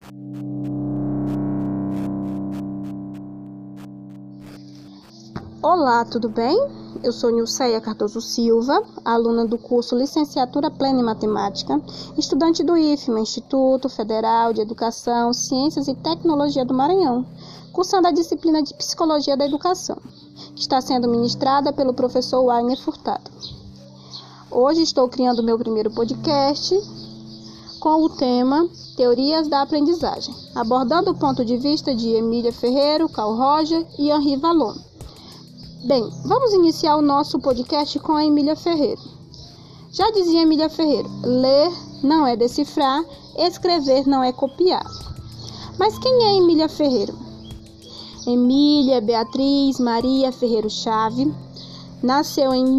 Olá, tudo bem? Eu sou Nilceia Cardoso Silva, aluna do curso Licenciatura Plena em Matemática, estudante do IFMA, Instituto Federal de Educação, Ciências e Tecnologia do Maranhão, cursando a disciplina de Psicologia da Educação, que está sendo ministrada pelo professor Wagner Furtado. Hoje estou criando meu primeiro podcast com o tema Teorias da Aprendizagem, abordando o ponto de vista de Emília Ferreiro, Carl Roger e Henri Vallon. Bem, vamos iniciar o nosso podcast com a Emília Ferreiro. Já dizia Emília Ferreiro, ler não é decifrar, escrever não é copiar. Mas quem é Emília Ferreiro? Emília Beatriz Maria Ferreiro Chave nasceu em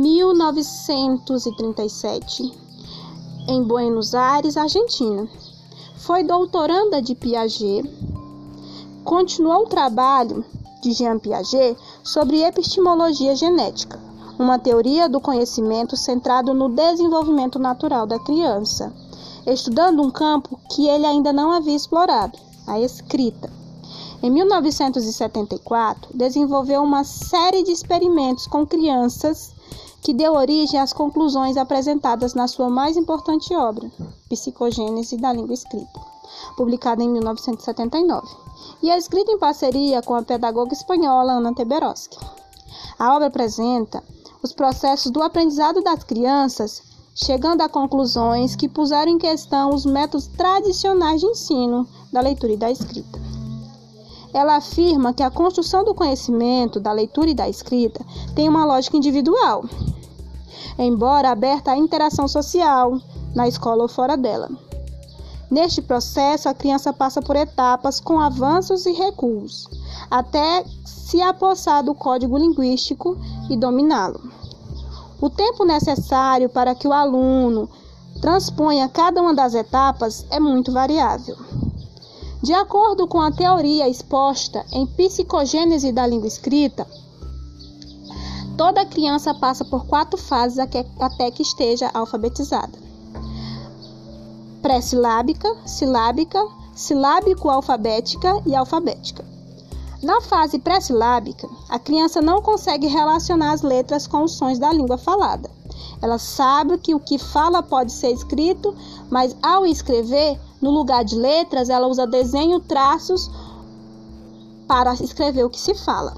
1937 em Buenos Aires, Argentina. Foi doutoranda de Piaget, continuou o trabalho de Jean Piaget sobre epistemologia genética, uma teoria do conhecimento centrado no desenvolvimento natural da criança, estudando um campo que ele ainda não havia explorado, a escrita. Em 1974, desenvolveu uma série de experimentos com crianças que deu origem às conclusões apresentadas na sua mais importante obra, Psicogênese da Língua Escrita, publicada em 1979, e é escrita em parceria com a pedagoga espanhola Ana Teberoski. A obra apresenta os processos do aprendizado das crianças, chegando a conclusões que puseram em questão os métodos tradicionais de ensino da leitura e da escrita. Ela afirma que a construção do conhecimento da leitura e da escrita tem uma lógica individual, embora aberta à interação social, na escola ou fora dela. Neste processo, a criança passa por etapas com avanços e recuos, até se apossar do código linguístico e dominá-lo. O tempo necessário para que o aluno transponha cada uma das etapas é muito variável. De acordo com a teoria exposta em Psicogênese da Língua Escrita, toda criança passa por 4 fases até que esteja alfabetizada: pré-silábica, silábica, silábico-alfabética e alfabética. Na fase pré-silábica, a criança não consegue relacionar as letras com os sons da língua falada. Ela sabe que o que fala pode ser escrito, mas ao escrever, no lugar de letras, ela usa desenho, traços para escrever o que se fala.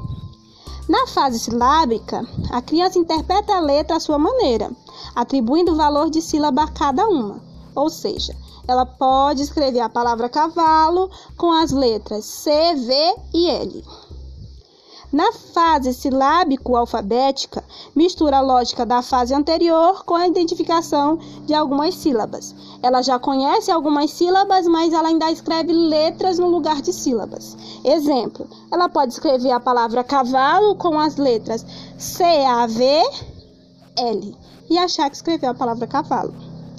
Na fase silábica, a criança interpreta a letra à sua maneira, atribuindo valor de sílaba a cada uma. Ou seja, ela pode escrever a palavra cavalo com as letras C, V e L. Na fase silábico-alfabética, mistura a lógica da fase anterior com a identificação de algumas sílabas. Ela já conhece algumas sílabas, mas ela ainda escreve letras no lugar de sílabas. Exemplo, ela pode escrever a palavra cavalo com as letras C, A, V, L e achar que escreveu a palavra cavalo.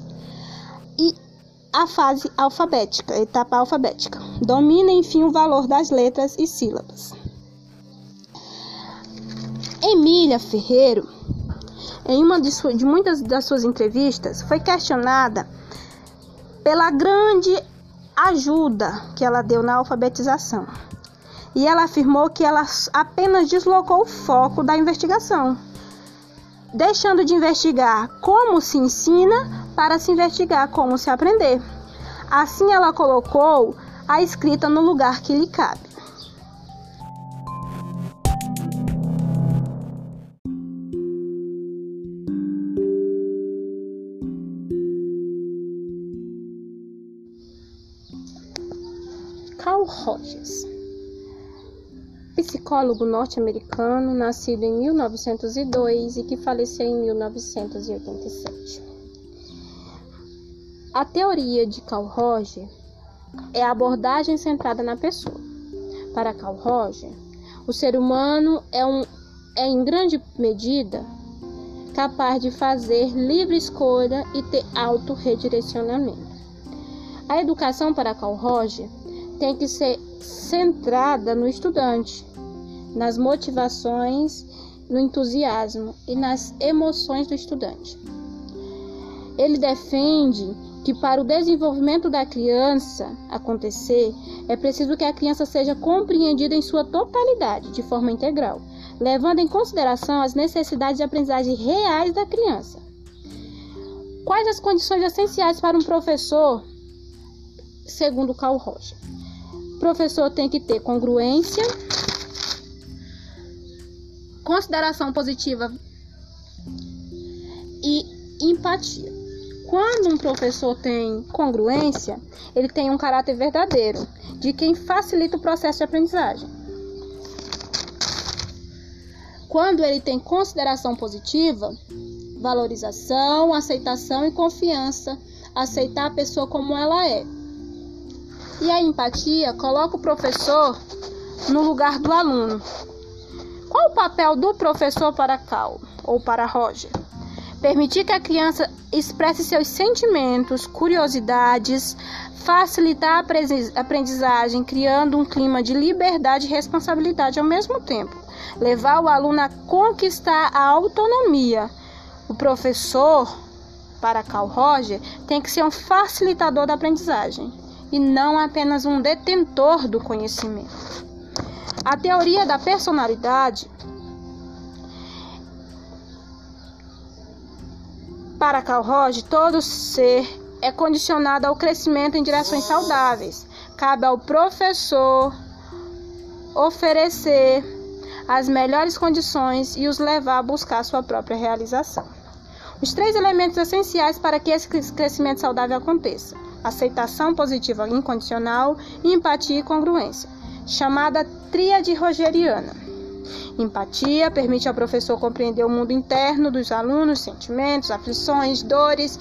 E a fase alfabética, etapa alfabética, domina, enfim, o valor das letras e sílabas. Emília Ferreiro, em uma de muitas das suas entrevistas, foi questionada pela grande ajuda que ela deu na alfabetização. E ela afirmou que ela apenas deslocou o foco da investigação, deixando de investigar como se ensina para se investigar como se aprender. Assim, ela colocou a escrita no lugar que lhe cabe. Carl Rogers, psicólogo norte-americano, nascido em 1902 e que faleceu em 1987. A teoria de Carl Roger é a abordagem centrada na pessoa. Para Carl Roger, o ser humano é em grande medida capaz de fazer livre escolha e ter autorredirecionamento. A educação para Carl Roger tem que ser centrada no estudante, nas motivações, no entusiasmo e nas emoções do estudante. Ele defende que para o desenvolvimento da criança acontecer, é preciso que a criança seja compreendida em sua totalidade, de forma integral, levando em consideração as necessidades de aprendizagem reais da criança. Quais as condições essenciais para um professor, segundo Carl Roger? O professor tem que ter congruência, consideração positiva e empatia. Quando um professor tem congruência, ele tem um caráter verdadeiro, de quem facilita o processo de aprendizagem. Quando ele tem consideração positiva, valorização, aceitação e confiança, aceitar a pessoa como ela é. E a empatia coloca o professor no lugar do aluno. Qual o papel do professor para Carl ou para Roger? Permitir que a criança expresse seus sentimentos, curiosidades, facilitar a aprendizagem, criando um clima de liberdade e responsabilidade ao mesmo tempo. Levar o aluno a conquistar a autonomia. O professor, para Carl Roger, tem que ser um facilitador da aprendizagem e não apenas um detentor do conhecimento. A teoria da personalidade, para Carl Roger, todo ser é condicionado ao crescimento em direções saudáveis. Cabe ao professor oferecer as melhores condições e os levar a buscar a sua própria realização. Os 3 elementos essenciais para que esse crescimento saudável aconteça: aceitação positiva incondicional, empatia e congruência, chamada tríade rogeriana. Empatia permite ao professor compreender o mundo interno dos alunos, sentimentos, aflições, dores.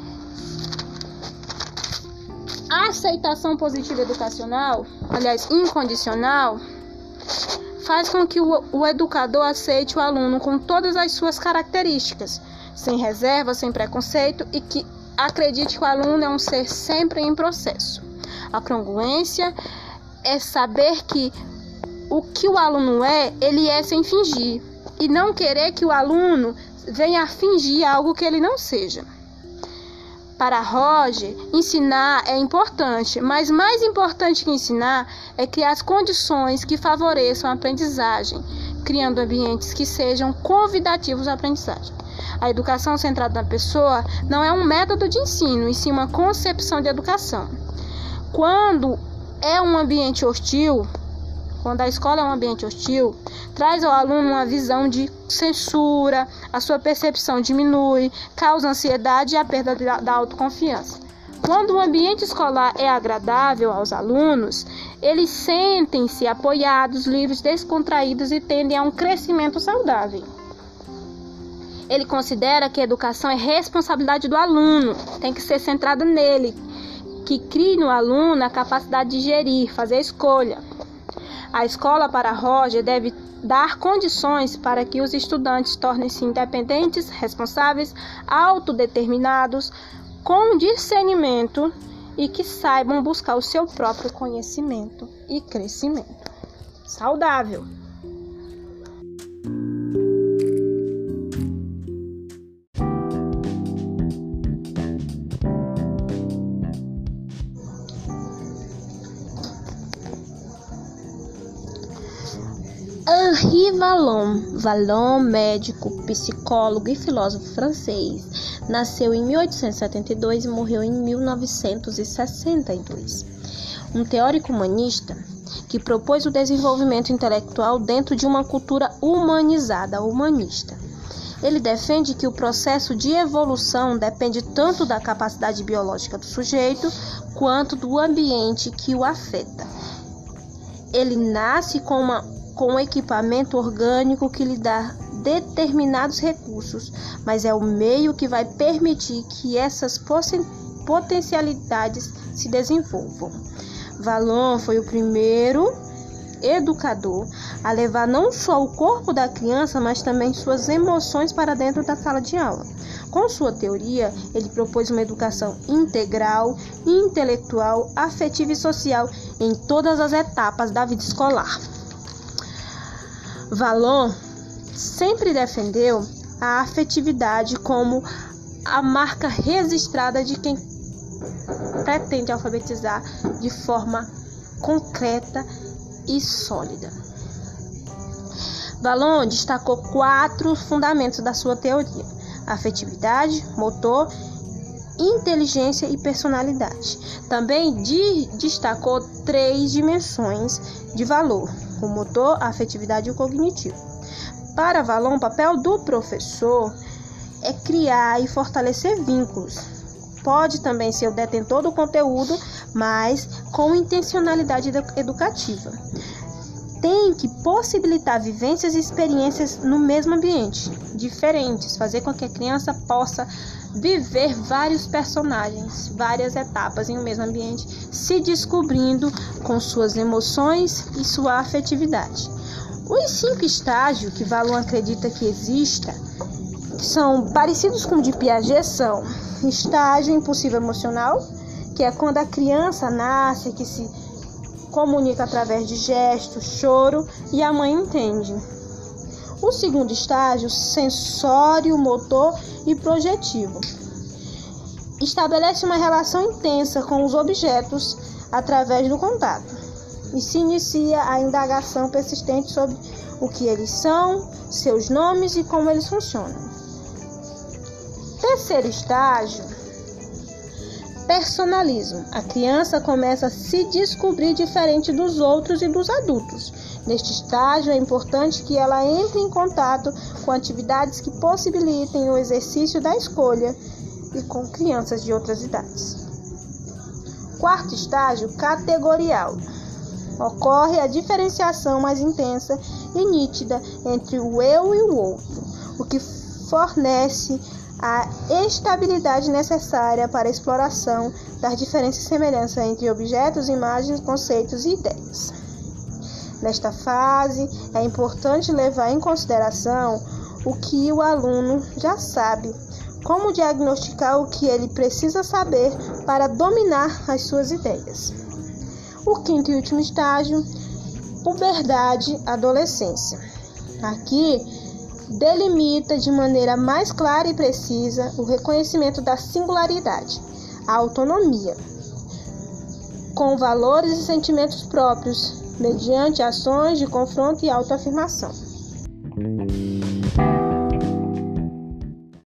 A aceitação positiva educacional, aliás, incondicional, faz com que o educador aceite o aluno com todas as suas características, sem reserva, sem preconceito, e que acredite que o aluno é um ser sempre em processo. A congruência é saber que o que o aluno é, ele é sem fingir, e não querer que o aluno venha a fingir algo que ele não seja. Para Roger, ensinar é importante, mas mais importante que ensinar é criar as condições que favoreçam a aprendizagem, criando ambientes que sejam convidativos à aprendizagem. A educação centrada na pessoa não é um método de ensino, e sim uma concepção de educação. Quando é um ambiente hostil, quando a escola é um ambiente hostil, traz ao aluno uma visão de censura, a sua percepção diminui, causa ansiedade e a perda da autoconfiança. Quando o ambiente escolar é agradável aos alunos, eles sentem-se apoiados, livres, descontraídos e tendem a um crescimento saudável. Ele considera que a educação é responsabilidade do aluno, tem que ser centrada nele, que crie no aluno a capacidade de gerir, fazer a escolha. A escola, para Roger, deve dar condições para que os estudantes tornem-se independentes, responsáveis, autodeterminados, com discernimento e que saibam buscar o seu próprio conhecimento e crescimento saudável. Henri Vallon, médico, psicólogo e filósofo francês, nasceu em 1872 e morreu em 1962. Um teórico humanista que propôs o desenvolvimento intelectual dentro de uma cultura humanizada, humanista. Ele defende que o processo de evolução depende tanto da capacidade biológica do sujeito quanto do ambiente que o afeta. Ele nasce com um equipamento orgânico que lhe dá determinados recursos, mas é o meio que vai permitir que essas potencialidades se desenvolvam. Vallon foi o primeiro educador a levar não só o corpo da criança, mas também suas emoções para dentro da sala de aula. Com sua teoria, ele propôs uma educação integral, intelectual, afetiva e social em todas as etapas da vida escolar. Vallon sempre defendeu a afetividade como a marca registrada de quem pretende alfabetizar de forma concreta e sólida. Vallon destacou 4 fundamentos da sua teoria: afetividade, motor, inteligência e personalidade. Também destacou 3 dimensões de valor: o motor, a afetividade e o cognitivo. Para Vallon, o papel do professor é criar e fortalecer vínculos. Pode também ser o detentor do conteúdo, mas com intencionalidade educativa. Tem que possibilitar vivências e experiências no mesmo ambiente, diferentes, fazer com que a criança possa viver vários personagens, várias etapas em um mesmo ambiente, se descobrindo com suas emoções e sua afetividade. Os 5 estágios que Vallon acredita que exista, que são parecidos com o de Piaget, são: estágio impulsivo emocional, que é quando a criança nasce, que se comunica através de gestos, choro, e a mãe entende. O segundo estágio, sensório, motor e projetivo, estabelece uma relação intensa com os objetos através do contato e se inicia a indagação persistente sobre o que eles são, seus nomes e como eles funcionam. Terceiro estágio, personalismo. A criança começa a se descobrir diferente dos outros e dos adultos. Neste estágio, é importante que ela entre em contato com atividades que possibilitem o exercício da escolha e com crianças de outras idades. Quarto estágio, categorial. Ocorre a diferenciação mais intensa e nítida entre o eu e o outro, o que fornece a estabilidade necessária para a exploração das diferenças e semelhanças entre objetos, imagens, conceitos e ideias. Nesta fase, é importante levar em consideração o que o aluno já sabe, como diagnosticar o que ele precisa saber para dominar as suas ideias. O quinto e último estágio, puberdade, adolescência. Aqui, delimita de maneira mais clara e precisa o reconhecimento da singularidade, a autonomia, com valores e sentimentos próprios, mediante ações de confronto e autoafirmação.